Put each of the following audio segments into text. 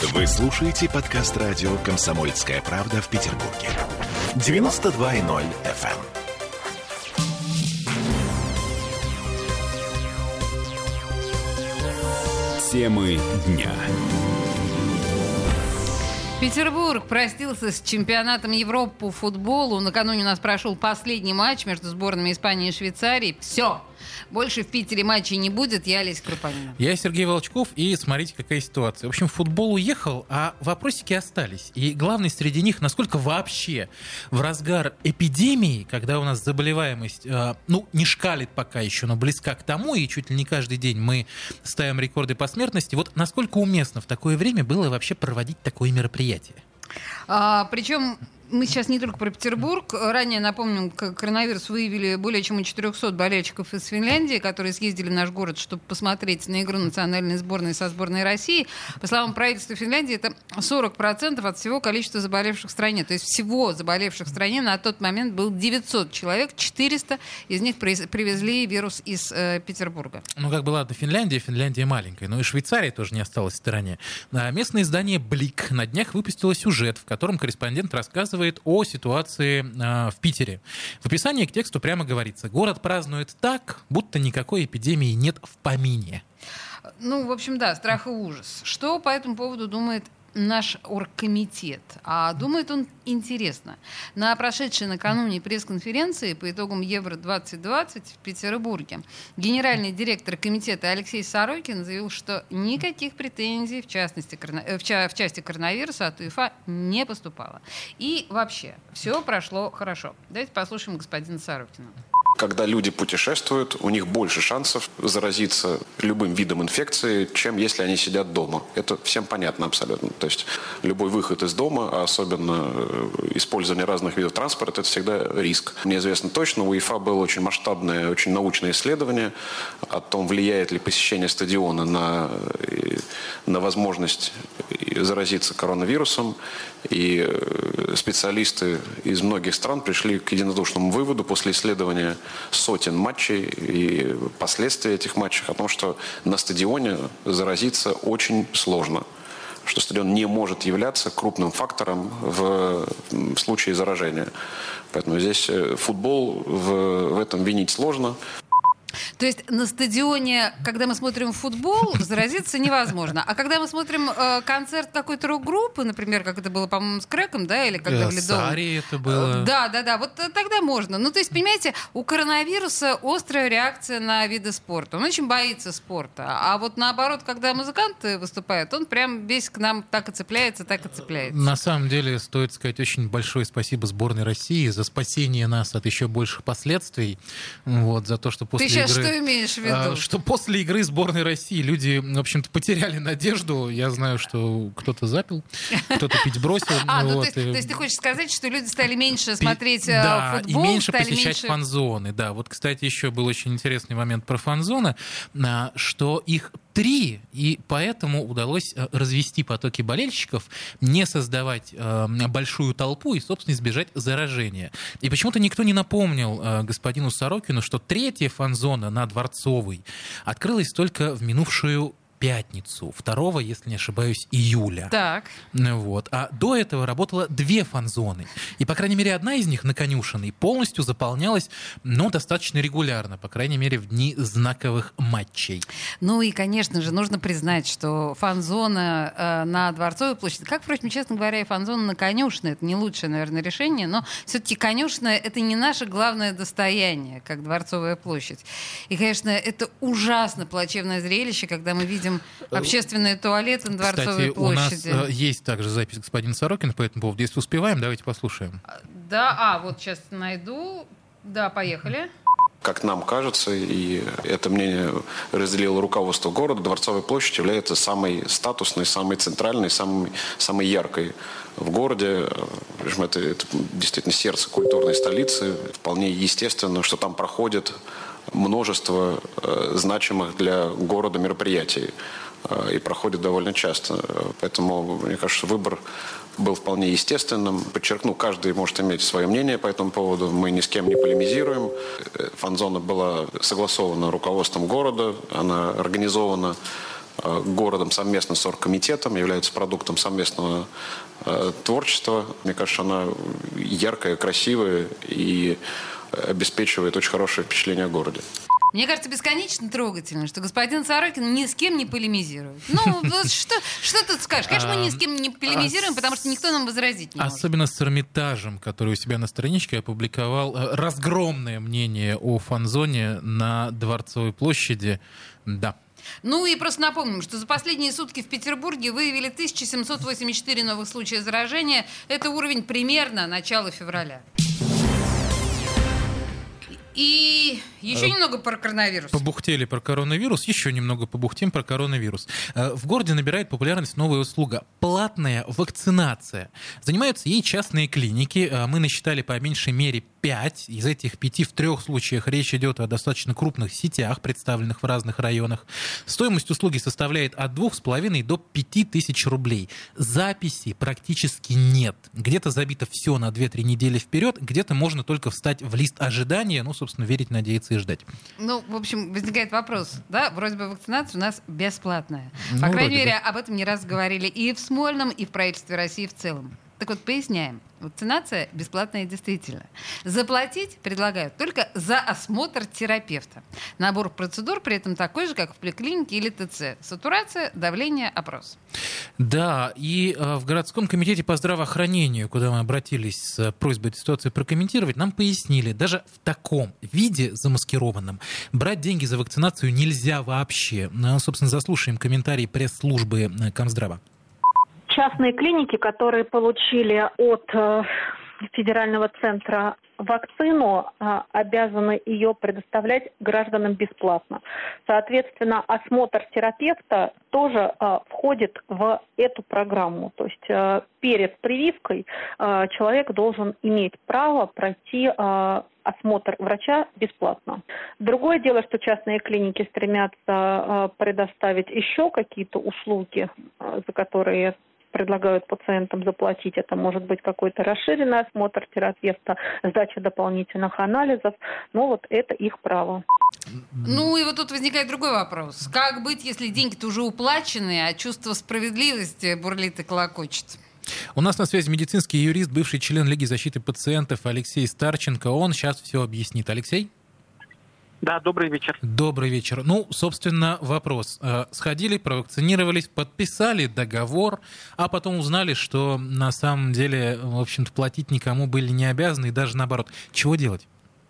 Вы слушаете подкаст радио «Комсомольская правда» в Петербурге. 92.0 FM. Темы дня. Петербург простился с чемпионатом Европы по футболу. Накануне у нас прошел последний матч между сборными Испании и Швейцарии. Все. Больше в Питере матчей не будет. Я Олеся Крупанина. Я Сергей Волчков, и смотрите, какая ситуация. В общем, футбол уехал, а вопросики остались. И главный среди них, насколько вообще в разгар эпидемии, когда у нас заболеваемость, не шкалит пока еще, но близка к тому, и чуть ли не каждый день мы ставим рекорды по смертности, вот насколько уместно в такое время было вообще проводить такое мероприятие? Причем мы сейчас не только про Петербург. Ранее, напомним, коронавирус выявили более чем у 400 болельщиков из Финляндии, которые съездили в наш город, чтобы посмотреть на игру национальной сборной со сборной России. По словам правительства Финляндии, это 40% от всего количества заболевших в стране. То есть всего заболевших в стране на тот момент был 900 человек, 400 из них привезли вирус из Петербурга. Ладно, Финляндия маленькая, но и Швейцария тоже не осталась в стороне. Местное издание «Блик» на днях выпустило сюжет, в котором корреспондент рассказывает о ситуации в Питере. В описании к тексту прямо говорится: город празднует так, будто никакой эпидемии нет в помине. В общем, да, страх и ужас. Что по этому поводу думает наш оргкомитет? А думает он интересно. На прошедшей накануне пресс-конференции по итогам Евро-2020 в Петербурге генеральный директор комитета Алексей Сорокин заявил, что никаких претензий в части коронавируса от УЕФА не поступало. И вообще, все прошло хорошо. Давайте послушаем господина Сорокина. Когда люди путешествуют, у них больше шансов заразиться любым видом инфекции, чем если они сидят дома. Это всем понятно абсолютно. То есть любой выход из дома, а особенно использование разных видов транспорта, это всегда риск. Мне известно точно, у УЕФА было очень масштабное, очень научное исследование о том, влияет ли посещение стадиона на возможность заразиться коронавирусом. И специалисты из многих стран пришли к единодушному выводу после исследования сотен матчей и последствий этих матчей о том, что на стадионе заразиться очень сложно, что стадион не может являться крупным фактором в случае заражения. Поэтому здесь футбол в этом винить сложно. То есть на стадионе, когда мы смотрим футбол, заразиться невозможно. А когда мы смотрим концерт какой-то рок-группы, например, как это было, по-моему, с Крэком, да, или когда в Ледовом. С Ари это было. Да, вот тогда можно. То есть, понимаете, у коронавируса острая реакция на виды спорта. Он очень боится спорта. А вот наоборот, когда музыканты выступают, он прям весь к нам так и цепляется. На самом деле, стоит сказать очень большое спасибо сборной России за спасение нас от еще больших последствий. За то, что после игры... Что имеешь в виду? Что после игры сборной России люди, в общем-то, потеряли надежду. Я знаю, что кто-то запил, кто-то пить бросил. То есть ты хочешь сказать, что люди стали меньше смотреть футбол, и меньше посещать фан-зоны. Да, вот, кстати, еще был очень интересный момент про фан-зоны, что их 3, и поэтому удалось развести потоки болельщиков, не создавать большую толпу и, собственно, избежать заражения. И почему-то никто не напомнил господину Сорокину, что 3-я фан-зона на Дворцовой открылась только в минувшую пятницу, 2, если не ошибаюсь, июля. Так. А до этого работало 2 фан-зоны. И, по крайней мере, одна из них на Конюшенной полностью заполнялась, достаточно регулярно, по крайней мере, в дни знаковых матчей. И, конечно же, нужно признать, что фан-зона на Дворцовой площади, как, впрочем, честно говоря, и фан-зона на Конюшенной, это не лучшее, наверное, решение, но все-таки Конюшенная — это не наше главное достояние, как Дворцовая площадь. И, конечно, это ужасно плачевное зрелище, когда мы видим общественные туалеты на Дворцовой площади. Кстати, у нас есть также запись господина Сорокина по этому поводу. Если успеваем, давайте послушаем. Да, вот сейчас найду. Да, поехали. Как нам кажется, и это мнение разделило руководство города, Дворцовая площадь является самой статусной, самой центральной, самой яркой в городе. Это действительно сердце культурной столицы. Вполне естественно, что там проходит множество значимых для города мероприятий и проходит довольно часто. Поэтому, мне кажется, выбор был вполне естественным. Подчеркну, каждый может иметь свое мнение по этому поводу. Мы ни с кем не полемизируем. Фан-зона была согласована руководством города. Она организована городом совместно с оргкомитетом, является продуктом совместного творчества. Мне кажется, она яркая, красивая и обеспечивает очень хорошее впечатление о городе. Мне кажется, бесконечно трогательно, что господин Сорокин ни с кем не полемизирует. Ну, вот что тут скажешь? Конечно, мы ни с кем не полемизируем, потому что никто нам возразить не может. Особенно с Эрмитажем, который у себя на страничке опубликовал разгромное мнение о фан-зоне на Дворцовой площади. Да. Ну и просто напомним, что за последние сутки в Петербурге выявили 1784 новых случая заражения. Это уровень примерно начала февраля. И еще немного про коронавирус. Побухтели про коронавирус, еще немного побухтим про коронавирус. В городе набирает популярность новая услуга – платная вакцинация. Занимаются ей частные клиники. Мы насчитали по меньшей мере 5. Из этих 5 в 3 случаях речь идет о достаточно крупных сетях, представленных в разных районах. Стоимость услуги составляет от 2,5 до 5 тысяч рублей. Записи практически нет. Где-то забито все на 2-3 недели вперед, где-то можно только встать в лист ожидания, собственно, верить, надеяться и ждать. Ну, в общем, возникает вопрос, да, вроде бы вакцинация у нас бесплатная. По крайней мере, об этом не раз говорили и в Смольном, и в правительстве России в целом. Так вот, поясняем. Вакцинация бесплатная действительно. Заплатить предлагают только за осмотр терапевта. Набор процедур при этом такой же, как в поликлинике или ТЦ. Сатурация, давление, опрос. Да, и в городском комитете по здравоохранению, куда мы обратились с просьбой эту ситуацию прокомментировать, нам пояснили, даже в таком виде замаскированном брать деньги за вакцинацию нельзя вообще. Собственно, заслушаем комментарий пресс-службы Комздрава. Частные клиники, которые получили от федерального центра вакцину, обязаны ее предоставлять гражданам бесплатно. Соответственно, осмотр терапевта тоже входит в эту программу. То есть перед прививкой человек должен иметь право пройти осмотр врача бесплатно. Другое дело, что частные клиники стремятся предоставить еще какие-то услуги, за которые предлагают пациентам заплатить. Это может быть какой-то расширенный осмотр терапевта, сдача дополнительных анализов. Но вот это их право. Ну и вот тут возникает другой вопрос. Как быть, если деньги-то уже уплачены, а чувство справедливости бурлит и колокочет? У нас на связи медицинский юрист, бывший член Лиги защиты пациентов Алексей Старченко. Он сейчас все объяснит. Алексей? Да, добрый вечер. Добрый вечер. Ну, собственно, вопрос. Сходили, провакцинировались, подписали договор, а потом узнали, что на самом деле, в общем-то, платить никому были не обязаны, и даже наоборот. Чего делать?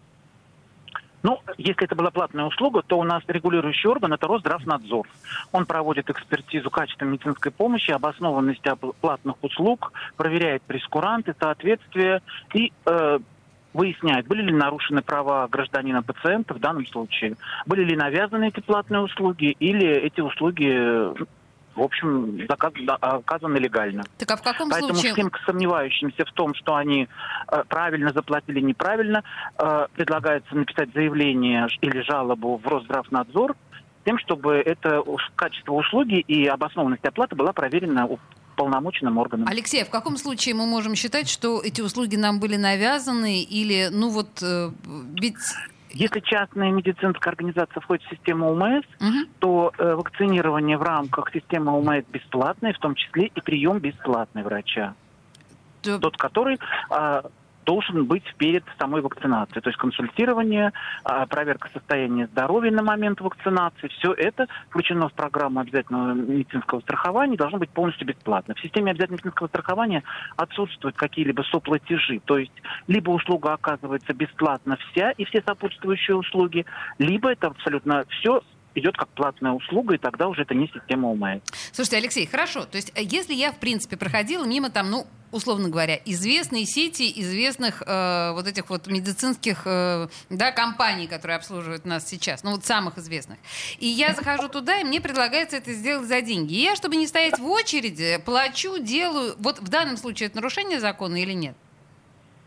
Ну, если это была платная услуга, то у нас регулирующий орган – это Росздравнадзор. Он проводит экспертизу качества медицинской помощи, обоснованности платных услуг, проверяет прейскуранты, соответствие и выясняет, были ли нарушены права гражданина-пациента в данном случае, были ли навязаны эти платные услуги, или эти услуги, в общем, оказаны легально. Так а в каком Поэтому случае... всем сомневающимся в том, что они правильно заплатили, неправильно, предлагается написать заявление или жалобу в Росздравнадзор, тем, чтобы это качество услуги и обоснованность оплаты была проверена полномочным органом. Алексей, а в каком случае мы можем считать, что эти услуги нам были навязаны или, ведь... Если частная медицинская организация входит в систему ОМС, то вакцинирование в рамках системы ОМС бесплатное, в том числе и прием бесплатный врача. Тот, который должен быть перед самой вакцинацией. То есть консультирование, проверка состояния здоровья на момент вакцинации. Все это включено в программу обязательного медицинского страхования, должно быть полностью бесплатно. В системе обязательного медицинского страхования отсутствуют какие-либо соплатежи. То есть либо услуга оказывается бесплатно вся и все сопутствующие услуги, либо это абсолютно все идет как платная услуга, и тогда уже это не система ОМС. Слушайте, Алексей, хорошо. То есть если я, в принципе, проходила мимо условно говоря, известной сети, известных этих медицинских компаний, которые обслуживают нас сейчас, самых известных. И я захожу туда, и мне предлагается это сделать за деньги. И я, чтобы не стоять в очереди, плачу, делаю. Вот в данном случае это нарушение закона или нет?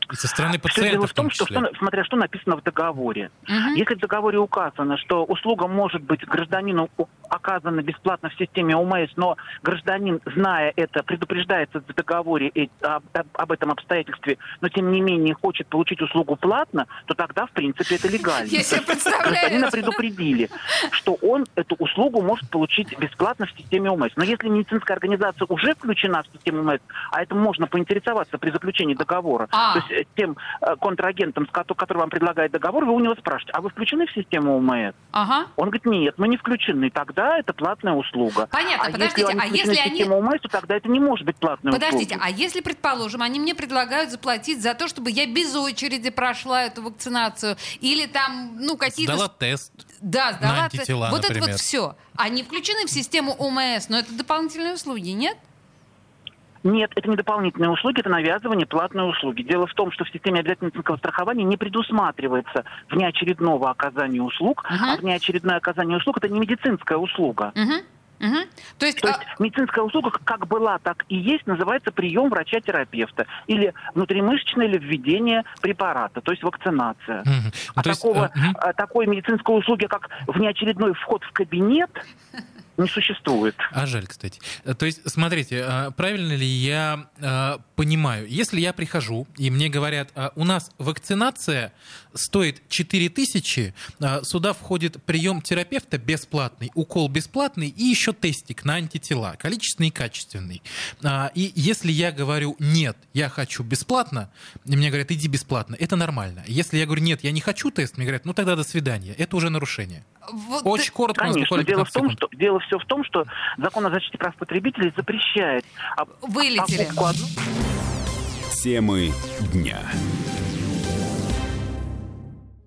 И со стороны пациента дело в том, что смотря что написано в договоре. Если в договоре указано, что услуга может быть гражданину оказана бесплатно в системе ОМС, но гражданин, зная это, предупреждается в договоре об этом обстоятельстве, но тем не менее хочет получить услугу платно, то тогда, в принципе, это легально. Я себе представляю. Гражданина предупредили, что он эту услугу может получить бесплатно в системе ОМС. Но если медицинская организация уже включена в систему ОМС, а это можно поинтересоваться при заключении договора, то есть тем контрагентом, который вам предлагает договор, вы у него спрашиваете, а вы включены в систему ОМС? Он говорит, нет, мы не включены. Тогда это платная услуга. Понятно, подождите, если они... в систему ОМС, то тогда это не может быть платной услугой. Подождите, а если, предположим, они мне предлагают заплатить за то, чтобы я без очереди прошла эту вакцинацию, или там, какие-то... Сдала тест. Да, сдала на антитела, тест. например. Это вот все. Они включены в систему ОМС, но это дополнительные услуги, нет? Нет, это не дополнительные услуги, это навязывание платной услуги. Дело в том, что в системе обязательного медицинского страхования не предусматривается внеочередного оказания услуг, а внеочередное оказание услуг – это не медицинская услуга. То есть медицинская услуга как была, так и есть, называется прием врача-терапевта. Или внутримышечное или введение препарата, то есть вакцинация. Такой медицинской услуги, как внеочередной вход в кабинет, не существует. А жаль, кстати. То есть, смотрите, правильно ли я понимаю, если я прихожу, и мне говорят, у нас вакцинация стоит 4000, сюда входит прием терапевта бесплатный, укол бесплатный и еще тестик на антитела, количественный и качественный. И если я говорю, нет, я хочу бесплатно, и мне говорят, иди бесплатно, это нормально. Если я говорю, нет, я не хочу тест, мне говорят, тогда до свидания. Это уже нарушение. Очень коротко. Конечно, дело все в том, что закон о защите прав потребителей запрещает Вылетели. Темы дня.